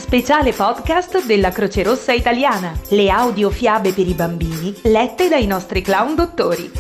speciale podcast della Croce Rossa Italiana, le audiofiabe per i bambini lette dai nostri clown dottori.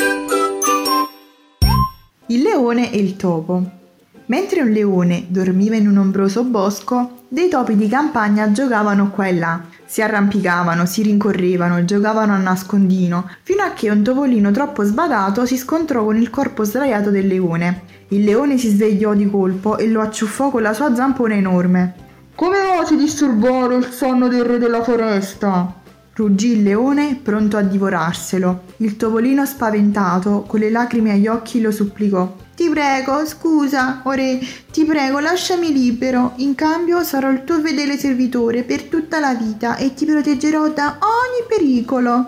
Il leone e il topo. Mentre un leone dormiva in un ombroso bosco, dei topi di campagna giocavano qua e là. Si arrampicavano, si rincorrevano, giocavano a nascondino, fino a che un topolino troppo sbadato si scontrò con il corpo sdraiato del leone. Il leone si svegliò di colpo e lo acciuffò con la sua zampona enorme. «Come osi disturbare il sonno del re della foresta?» ruggì il leone, pronto a divorarselo. Il topolino spaventato, con le lacrime agli occhi, lo supplicò. «Ti prego, scusa, o re, ti prego, lasciami libero. In cambio sarò il tuo fedele servitore per tutta la vita e ti proteggerò da ogni pericolo».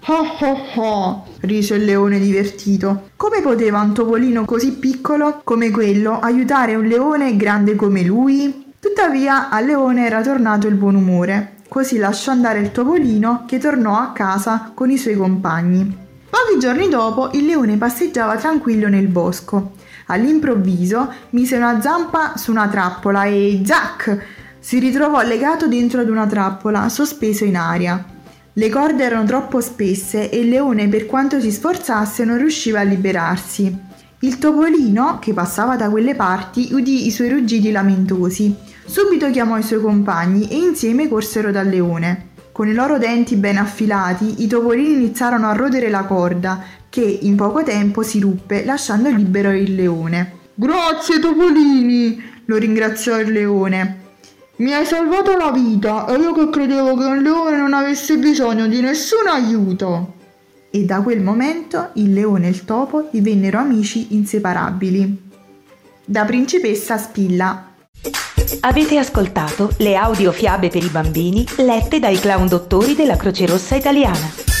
Rise il leone divertito. Come poteva un topolino così piccolo come quello aiutare un leone grande come lui? Tuttavia al leone era tornato il buon umore. Così lasciò andare il topolino, che tornò a casa con i suoi compagni. Pochi giorni dopo il leone passeggiava tranquillo nel bosco. All'improvviso mise una zampa su una trappola e zac! Si ritrovò legato dentro ad una trappola, sospeso in aria. Le corde erano troppo spesse e il leone, per quanto si sforzasse, non riusciva a liberarsi. Il topolino, che passava da quelle parti, udì i suoi ruggiti lamentosi. Subito chiamò i suoi compagni e insieme corsero dal leone. Con i loro denti ben affilati, i topolini iniziarono a rodere la corda, che in poco tempo si ruppe, lasciando libero il leone. «Grazie, topolini!» lo ringraziò il leone. «Mi hai salvato la vita e io che credevo che un leone non avesse bisogno di nessun aiuto!» E da quel momento il leone e il topo divennero amici inseparabili. Da Principessa Spilla. Avete ascoltato le audiofiabe per i bambini lette dai clown dottori della Croce Rossa Italiana.